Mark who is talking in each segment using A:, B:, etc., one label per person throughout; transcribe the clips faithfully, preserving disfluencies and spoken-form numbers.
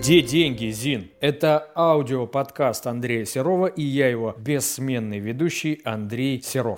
A: Где деньги, Зин? Это аудиоподкаст Андрея Серова, и я его бессменный ведущий Андрей Серов.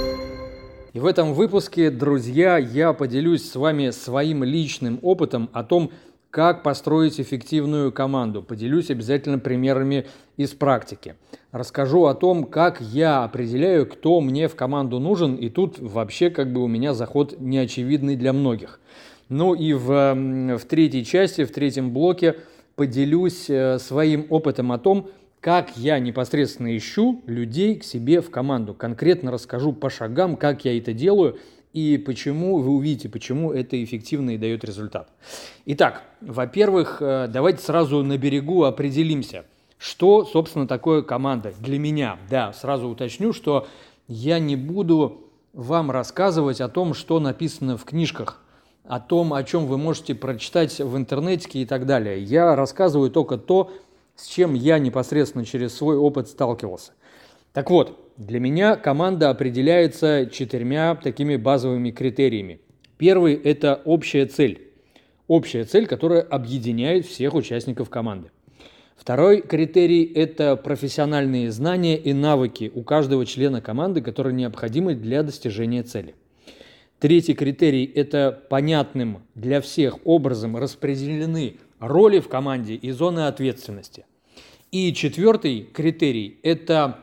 A: И в этом выпуске, друзья, я поделюсь с вами своим личным опытом о том, как построить эффективную команду. Поделюсь обязательно примерами из практики. Расскажу о том, как я определяю, кто мне в команду нужен, и тут вообще как бы у меня заход неочевидный для многих. Ну и в, в третьей части, в третьем блоке поделюсь своим опытом о том, как я непосредственно ищу людей к себе в команду. Конкретно расскажу по шагам, как я это делаю и почему, вы увидите, почему это эффективно и дает результат. Итак, во-первых, давайте сразу на берегу определимся, что, собственно, такое команда для меня. Да, сразу уточню, что я не буду вам рассказывать о том, что написано в книжках, о том, о чем вы можете прочитать в интернете и так далее. Я рассказываю только то, с чем я непосредственно через свой опыт сталкивался. Так вот, для меня команда определяется четырьмя такими базовыми критериями. Первый – это общая цель. Общая цель, которая объединяет всех участников команды. Второй критерий – это профессиональные знания и навыки у каждого члена команды, которые необходимы для достижения цели. Третий критерий – это понятным для всех образом распределены роли в команде и зоны ответственности. И четвертый критерий – это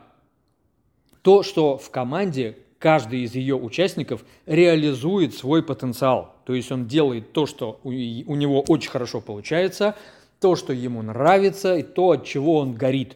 A: то, что в команде каждый из ее участников реализует свой потенциал. То есть он делает то, что у него очень хорошо получается, то, что ему нравится, и то, от чего он горит.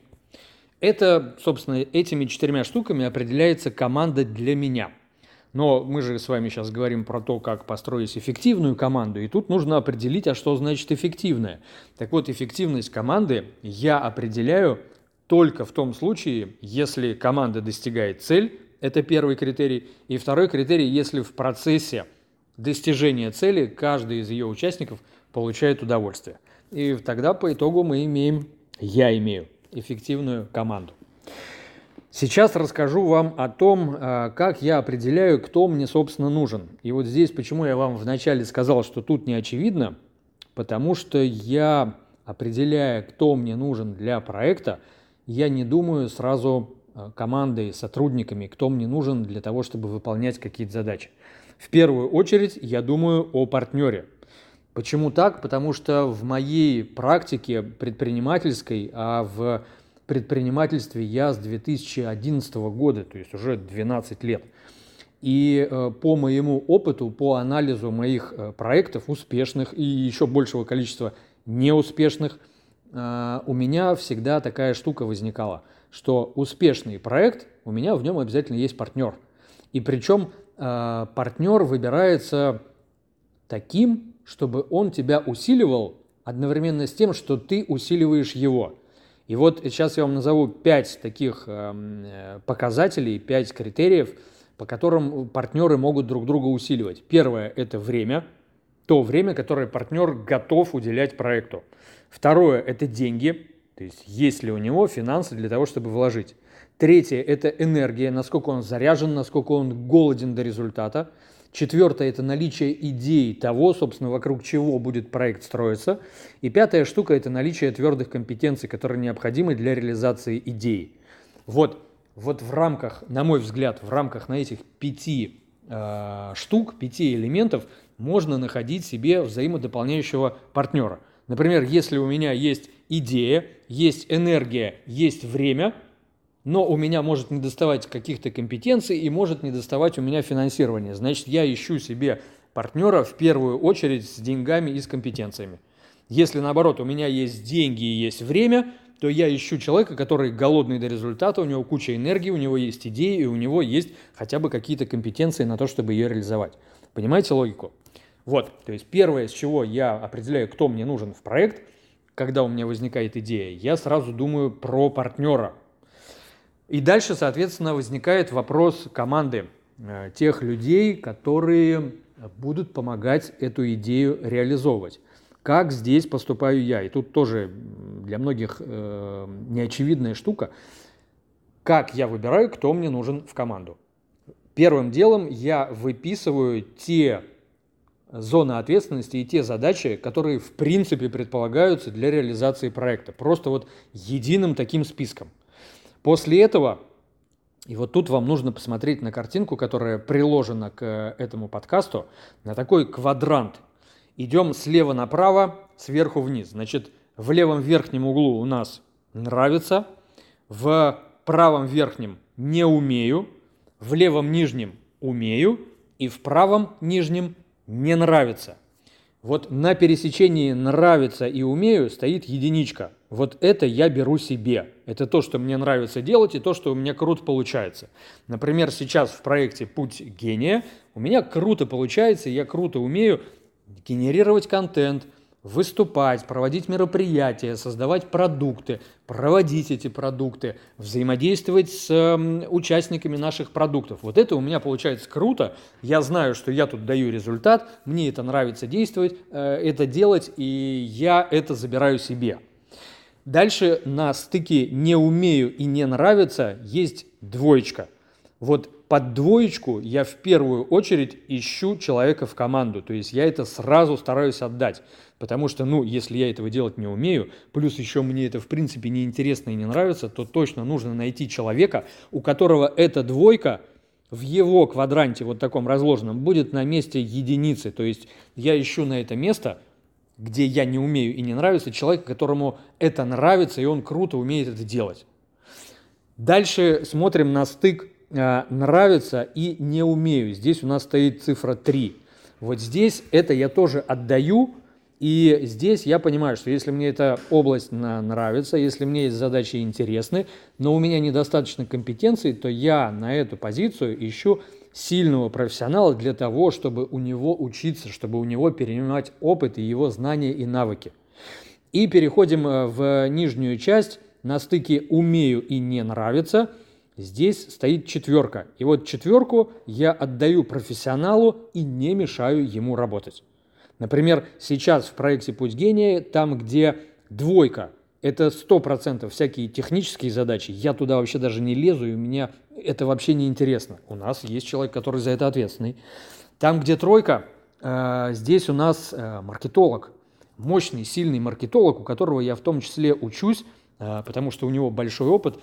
A: Это, собственно, этими четырьмя штуками определяется команда для меня. Но мы же с вами сейчас говорим про то, как построить эффективную команду, и тут нужно определить, а что значит эффективная. Так вот, эффективность команды я определяю только в том случае, если команда достигает цель, это первый критерий, и второй критерий, если в процессе достижения цели каждый из ее участников получает удовольствие. И тогда по итогу мы имеем, я имею эффективную команду. Сейчас расскажу вам о том, как я определяю, кто мне, собственно, нужен. И вот здесь, почему я вам вначале сказал, что тут не очевидно, потому что я, определяя, кто мне нужен для проекта, я не думаю сразу командой, сотрудниками, кто мне нужен для того, чтобы выполнять какие-то задачи. В первую очередь я думаю о партнере. Почему так? Потому что в моей практике предпринимательской, а в предпринимательстве я с две тысячи одиннадцатого года, то есть уже двенадцать лет. И э, по моему опыту, по анализу моих э, проектов, успешных и еще большего количества неуспешных, э, у меня всегда такая штука возникала, что успешный проект, у меня в нем обязательно есть партнер. И причем э, партнер выбирается таким, чтобы он тебя усиливал одновременно с тем, что ты усиливаешь его. И вот сейчас я вам назову пять таких э, показателей, пять критериев, по которым партнеры могут друг друга усиливать. Первое – это время, то время, которое партнер готов уделять проекту. Второе – это деньги, то есть есть ли у него финансы для того, чтобы вложить. Третье – это энергия, насколько он заряжен, насколько он голоден до результата. Четвертое – это наличие идей того, собственно, вокруг чего будет проект строиться. И пятая штука – это наличие твердых компетенций, которые необходимы для реализации идеи. Вот, вот в рамках, на мой взгляд, в рамках на этих пяти э, штук, пяти элементов можно находить себе взаимодополняющего партнера. Например, если у меня есть идея, есть энергия, есть время, но у меня может недоставать каких-то компетенций и может недоставать у меня финансирования. Значит, я ищу себе партнера в первую очередь с деньгами и с компетенциями. Если, наоборот, у меня есть деньги и есть время, то я ищу человека, который голодный до результата, у него куча энергии, у него есть идеи, и у него есть хотя бы какие-то компетенции на то, чтобы ее реализовать. Понимаете логику? Вот, то есть первое, с чего я определяю, кто мне нужен в проект, когда у меня возникает идея, я сразу думаю про партнера. И дальше, соответственно, возникает вопрос команды, тех людей, которые будут помогать эту идею реализовывать. Как здесь поступаю я? И тут тоже для многих э, неочевидная штука. Как я выбираю, кто мне нужен в команду? Первым делом я выписываю те зоны ответственности и те задачи, которые в принципе предполагаются для реализации проекта. Просто вот единым таким списком. После этого, и вот тут вам нужно посмотреть на картинку, которая приложена к этому подкасту, на такой квадрант. Идем слева направо, сверху вниз. Значит, в левом верхнем углу у нас нравится, в правом верхнем не умею, в левом нижнем умею и в правом нижнем не нравится. Вот на пересечении нравится и умею стоит единичка. Вот это я беру себе. Это то, что мне нравится делать и то, что у меня круто получается. Например, сейчас в проекте «Путь гения» у меня круто получается, я круто умею генерировать контент, выступать, проводить мероприятия, создавать продукты, проводить эти продукты, взаимодействовать с э, участниками наших продуктов. Вот это у меня получается круто. Я знаю, что я тут даю результат, мне это нравится действовать, э, это делать, и я это забираю себе. Дальше на стыке «не умею» и «не нравится» есть двоечка. Вот под двоечку я в первую очередь ищу человека в команду, то есть я это сразу стараюсь отдать, потому что, ну, если я этого делать не умею, плюс еще мне это в принципе неинтересно и не нравится, то точно нужно найти человека, у которого эта двойка в его квадранте, вот таком разложенном, будет на месте единицы, то есть я ищу на это место, где я не умею и не нравится, человека, которому это нравится, и он круто умеет это делать. Дальше смотрим на стык нравится и не умею. Здесь у нас стоит цифра три. Вот здесь это я тоже отдаю, и здесь я понимаю, что если мне эта область нравится, если мне эти задачи интересны, но у меня недостаточно компетенций, то я на эту позицию ищу сильного профессионала для того, чтобы у него учиться, чтобы у него перенимать опыт и его знания и навыки. И переходим в нижнюю часть на стыке «умею» и «не нравится». Здесь стоит четверка. И вот четверку я отдаю профессионалу и не мешаю ему работать. Например, сейчас в проекте «Путь гения», там, где двойка – это сто процентов всякие технические задачи, я туда вообще даже не лезу, и у меня это вообще не интересно. У нас есть человек, который за это ответственный. Там, где тройка, э, здесь у нас э, маркетолог. Мощный, сильный маркетолог, у которого я в том числе учусь, потому что у него большой опыт,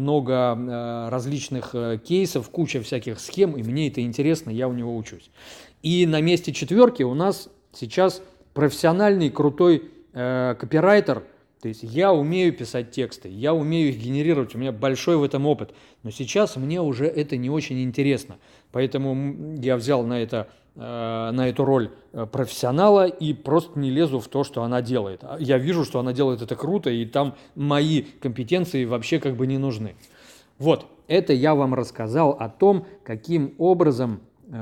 A: много различных кейсов, куча всяких схем, и мне это интересно, я у него учусь. И на месте четверки у нас сейчас профессиональный крутой э, копирайтер, то есть я умею писать тексты, я умею их генерировать, у меня большой в этом опыт, но сейчас мне уже это не очень интересно, поэтому я взял на это на эту роль профессионала и просто не лезу в то, что она делает. Я вижу, что она делает это круто, и там мои компетенции вообще как бы не нужны. Вот, это я вам рассказал о том, каким образом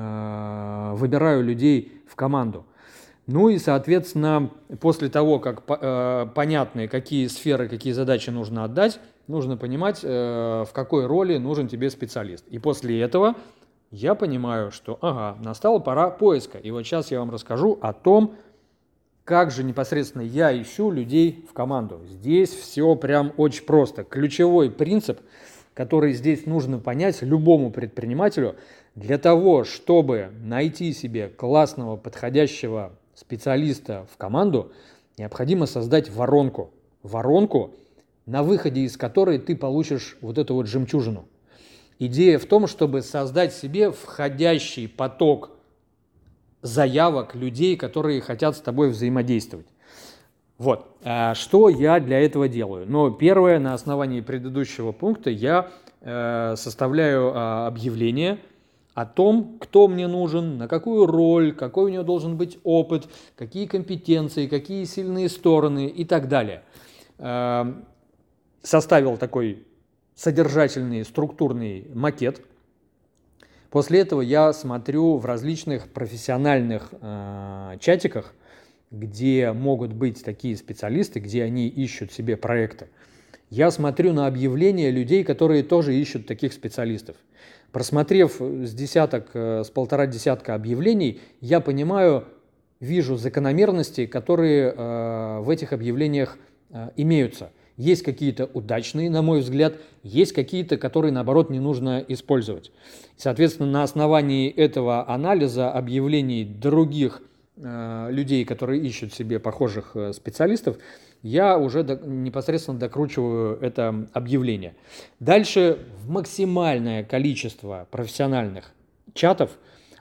A: э, выбираю людей в команду. Ну и, соответственно, после того, как э, понятны, какие сферы, какие задачи нужно отдать, нужно понимать, э, в какой роли нужен тебе специалист. И после этого я понимаю, что, ага, настала пора поиска. И вот сейчас я вам расскажу о том, как же непосредственно я ищу людей в команду. Здесь все прям очень просто. Ключевой принцип, который здесь нужно понять любому предпринимателю, для того, чтобы найти себе классного, подходящего специалиста в команду, необходимо создать воронку. Воронку, на выходе из которой ты получишь вот эту вот жемчужину. Идея в том, чтобы создать себе входящий поток заявок людей, которые хотят с тобой взаимодействовать. Вот, что я для этого делаю? Но первое, на основании предыдущего пункта я составляю объявление о том, кто мне нужен, на какую роль, какой у него должен быть опыт, какие компетенции, какие сильные стороны и так далее. Составил такой содержательный структурный макет. После этого я смотрю в различных профессиональных э, чатиках, где могут быть такие специалисты, где они ищут себе проекты. Я смотрю на объявления людей, которые тоже ищут таких специалистов. Просмотрев с десяток, с полтора десятка объявлений, я понимаю, вижу закономерности, которые э, в этих объявлениях э, имеются. Есть какие-то удачные, на мой взгляд, есть какие-то, которые, наоборот, не нужно использовать. Соответственно, на основании этого анализа объявлений других э, людей, которые ищут себе похожих э, специалистов, я уже до, непосредственно докручиваю это объявление. Дальше в максимальное количество профессиональных чатов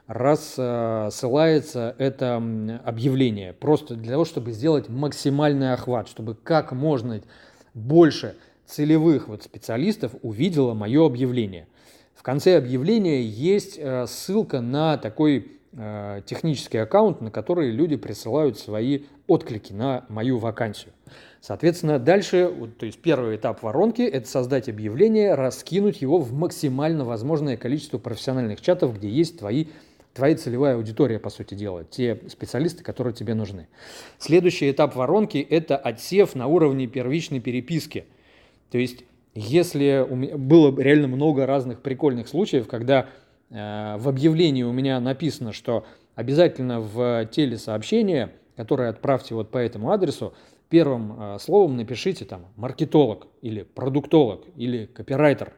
A: рассылается это объявление, просто для того, чтобы сделать максимальный охват, чтобы как можно больше целевых вот специалистов увидело мое объявление. В конце объявления есть ссылка на такой технический аккаунт, на который люди присылают свои отклики на мою вакансию. Соответственно, дальше, вот, то есть первый этап воронки – это создать объявление, раскинуть его в максимально возможное количество профессиональных чатов, где есть твои, твоя целевая аудитория, по сути дела, те специалисты, которые тебе нужны. Следующий этап воронки – это отсев на уровне первичной переписки. То есть, если у меня было реально много разных прикольных случаев, когда э, в объявлении у меня написано, что обязательно в телесообщение, которое отправьте вот по этому адресу, первым э, словом напишите там маркетолог или продуктолог или копирайтер.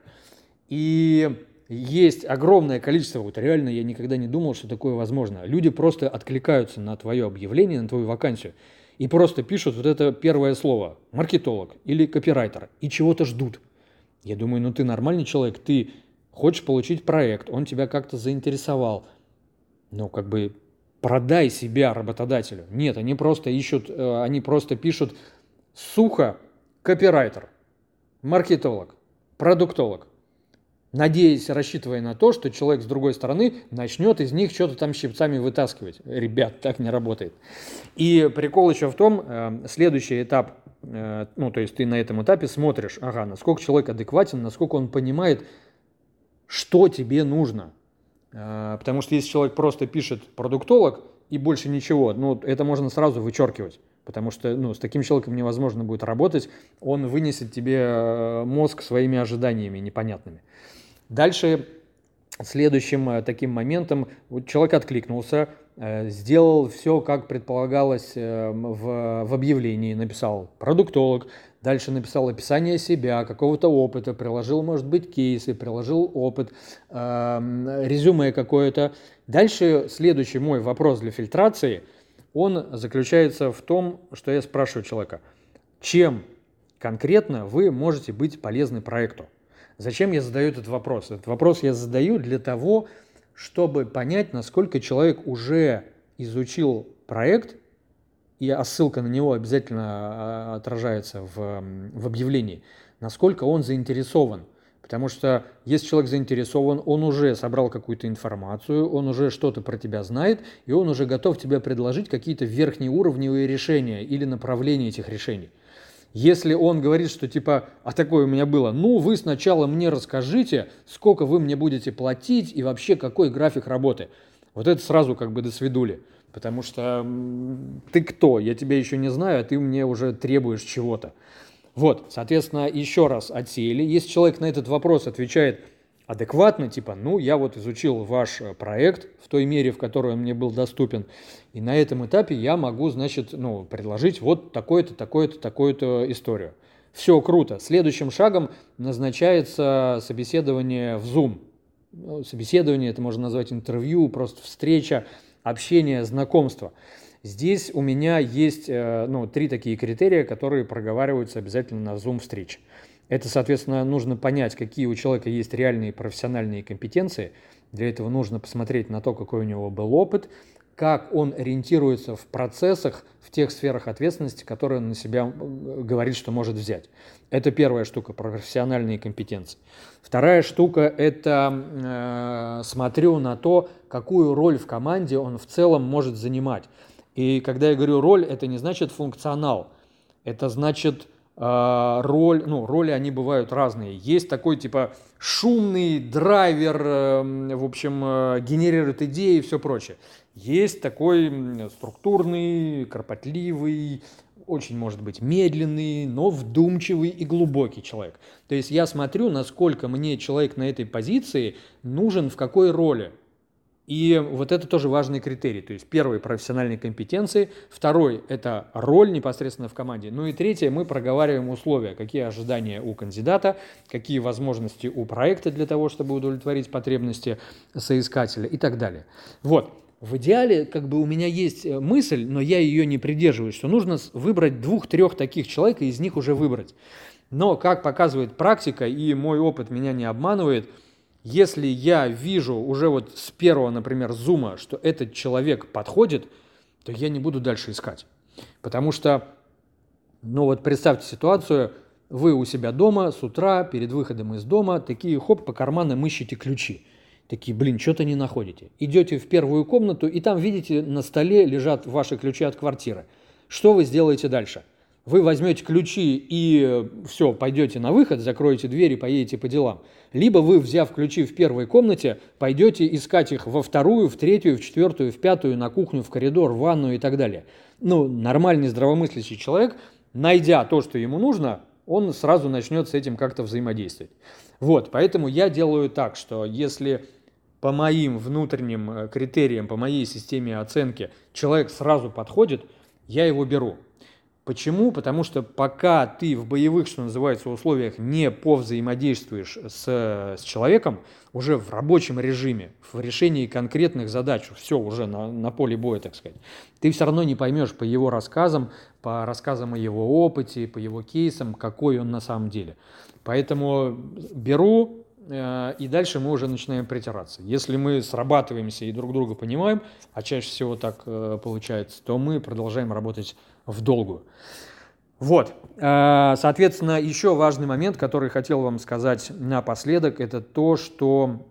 A: И есть огромное количество, вот реально я никогда не думал, что такое возможно. Люди просто откликаются на твое объявление, на твою вакансию и просто пишут вот это первое слово маркетолог или копирайтер и чего-то ждут. Я думаю, ну ты нормальный человек, ты хочешь получить проект, он тебя как-то заинтересовал. Ну как бы... Продай себя работодателю. Нет, они просто ищут, они просто пишут сухо копирайтер, маркетолог, продуктолог, надеясь, рассчитывая на то, что человек с другой стороны начнет из них что-то там щипцами вытаскивать. Ребят, так не работает. И прикол еще в том, следующий этап, ну то есть ты на этом этапе смотришь, ага, насколько человек адекватен, насколько он понимает, что тебе нужно. Потому что если человек просто пишет продуктолог и больше ничего, ну, это можно сразу вычеркивать, потому что ну, с таким человеком невозможно будет работать, он вынесет тебе мозг своими ожиданиями непонятными. Дальше следующим таким моментом вот человек откликнулся, сделал все, как предполагалось в, в объявлении, написал продуктолог, дальше написал описание себя, какого-то опыта, приложил, может быть, кейсы, приложил опыт, э, резюме какое-то. Дальше следующий мой вопрос для фильтрации, он заключается в том, что я спрашиваю человека, чем конкретно вы можете быть полезны проекту? Зачем я задаю этот вопрос? Этот вопрос я задаю для того, чтобы понять, насколько человек уже изучил проект, и ссылка на него обязательно отражается в, в объявлении, насколько он заинтересован. Потому что если человек заинтересован, он уже собрал какую-то информацию, он уже что-то про тебя знает, и он уже готов тебе предложить какие-то верхнеуровневые решения или направления этих решений. Если он говорит, что типа, а такое у меня было, ну вы сначала мне расскажите, сколько вы мне будете платить и вообще какой график работы. Вот это сразу как бы до свидули. Потому что ты кто? Я тебя еще не знаю, а ты мне уже требуешь чего-то. Вот, соответственно, еще раз отсеяли. Если человек на этот вопрос отвечает адекватно, типа, ну, я вот изучил ваш проект в той мере, в которой он мне был доступен, и на этом этапе я могу, значит, ну, предложить вот такое-то, такое-то, такую-то историю. Все круто. Следующим шагом назначается собеседование в Zoom. Собеседование, это можно назвать интервью, просто встреча, общение, знакомство. Здесь у меня есть ну, три такие критерия, которые проговариваются обязательно на Zoom-встрече. Это, соответственно, нужно понять, какие у человека есть реальные профессиональные компетенции. Для этого нужно посмотреть на то, какой у него был опыт, как он ориентируется в процессах, в тех сферах ответственности, которые он на себя говорит, что может взять. Это первая штука, профессиональные компетенции. Вторая штука – это э, смотрю на то, какую роль в команде он в целом может занимать. И когда я говорю роль, это не значит функционал, это значит э, роль, ну, роли они бывают разные. Есть такой типа шумный драйвер, э, в общем, э, генерирует идеи и все прочее. Есть такой структурный, кропотливый, очень, может быть, медленный, но вдумчивый и глубокий человек. То есть я смотрю, насколько мне человек на этой позиции нужен, в какой роли. И вот это тоже важный критерий. То есть первый – профессиональные компетенции, второй – это роль непосредственно в команде. Ну и третье – мы проговариваем условия, какие ожидания у кандидата, какие возможности у проекта для того, чтобы удовлетворить потребности соискателя и так далее. Вот. В идеале, как бы у меня есть мысль, но я ее не придерживаюсь, что нужно выбрать двух-трех таких человек и из них уже выбрать. Но, как показывает практика, и мой опыт меня не обманывает, если я вижу уже вот с первого, например, зума, что этот человек подходит, то я не буду дальше искать. Потому что, ну вот представьте ситуацию, вы у себя дома с утра, перед выходом из дома, такие хоп, по карманам ищете ключи. Такие, блин, что-то не находите. Идете в первую комнату, и там, видите, на столе лежат ваши ключи от квартиры. Что вы сделаете дальше? Вы возьмете ключи и все, пойдете на выход, закроете дверь и поедете по делам. Либо вы, взяв ключи в первой комнате, пойдете искать их во вторую, в третью, в четвертую, в пятую, на кухню, в коридор, в ванную и так далее. Ну, нормальный здравомыслящий человек, найдя то, что ему нужно, он сразу начнет с этим как-то взаимодействовать. Вот, поэтому я делаю так, что если по моим внутренним критериям, по моей системе оценки человек сразу подходит, я его беру. Почему? Потому что пока ты в боевых, что называется, условиях не повзаимодействуешь с, с человеком, уже в рабочем режиме, в решении конкретных задач, все уже на, на поле боя, так сказать, ты все равно не поймешь по его рассказам, по рассказам о его опыте, по его кейсам, какой он на самом деле. Поэтому беру, э, и дальше мы уже начинаем притираться. Если мы срабатываемся и друг друга понимаем, а чаще всего так э, получается, то мы продолжаем работать в долгую. Вот, соответственно, еще важный момент, который хотел вам сказать напоследок, это то, что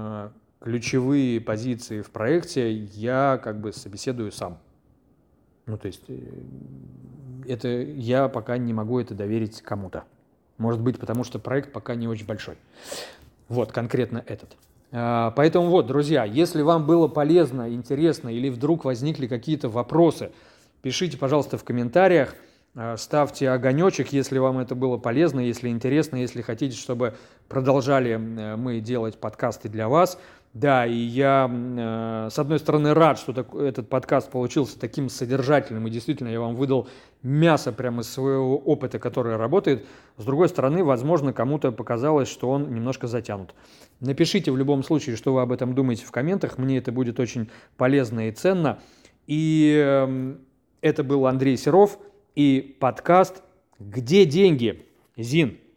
A: ключевые позиции в проекте я как бы собеседую сам. Ну, то есть, это я пока не могу это доверить кому-то. Может быть, потому что проект пока не очень большой. Вот, конкретно этот. Поэтому вот, друзья, если вам было полезно, интересно или вдруг возникли какие-то вопросы, пишите, пожалуйста, в комментариях, ставьте огонечек, если вам это было полезно, если интересно, если хотите, чтобы продолжали мы делать подкасты для вас. Да, и я, с одной стороны, рад, что этот подкаст получился таким содержательным, и действительно я вам выдал мясо прямо из своего опыта, который работает. С другой стороны, возможно, кому-то показалось, что он немножко затянут. Напишите в любом случае, что вы об этом думаете в комментах, мне это будет очень полезно и ценно. И это был Андрей Серов и подкаст «Где деньги?». Зин.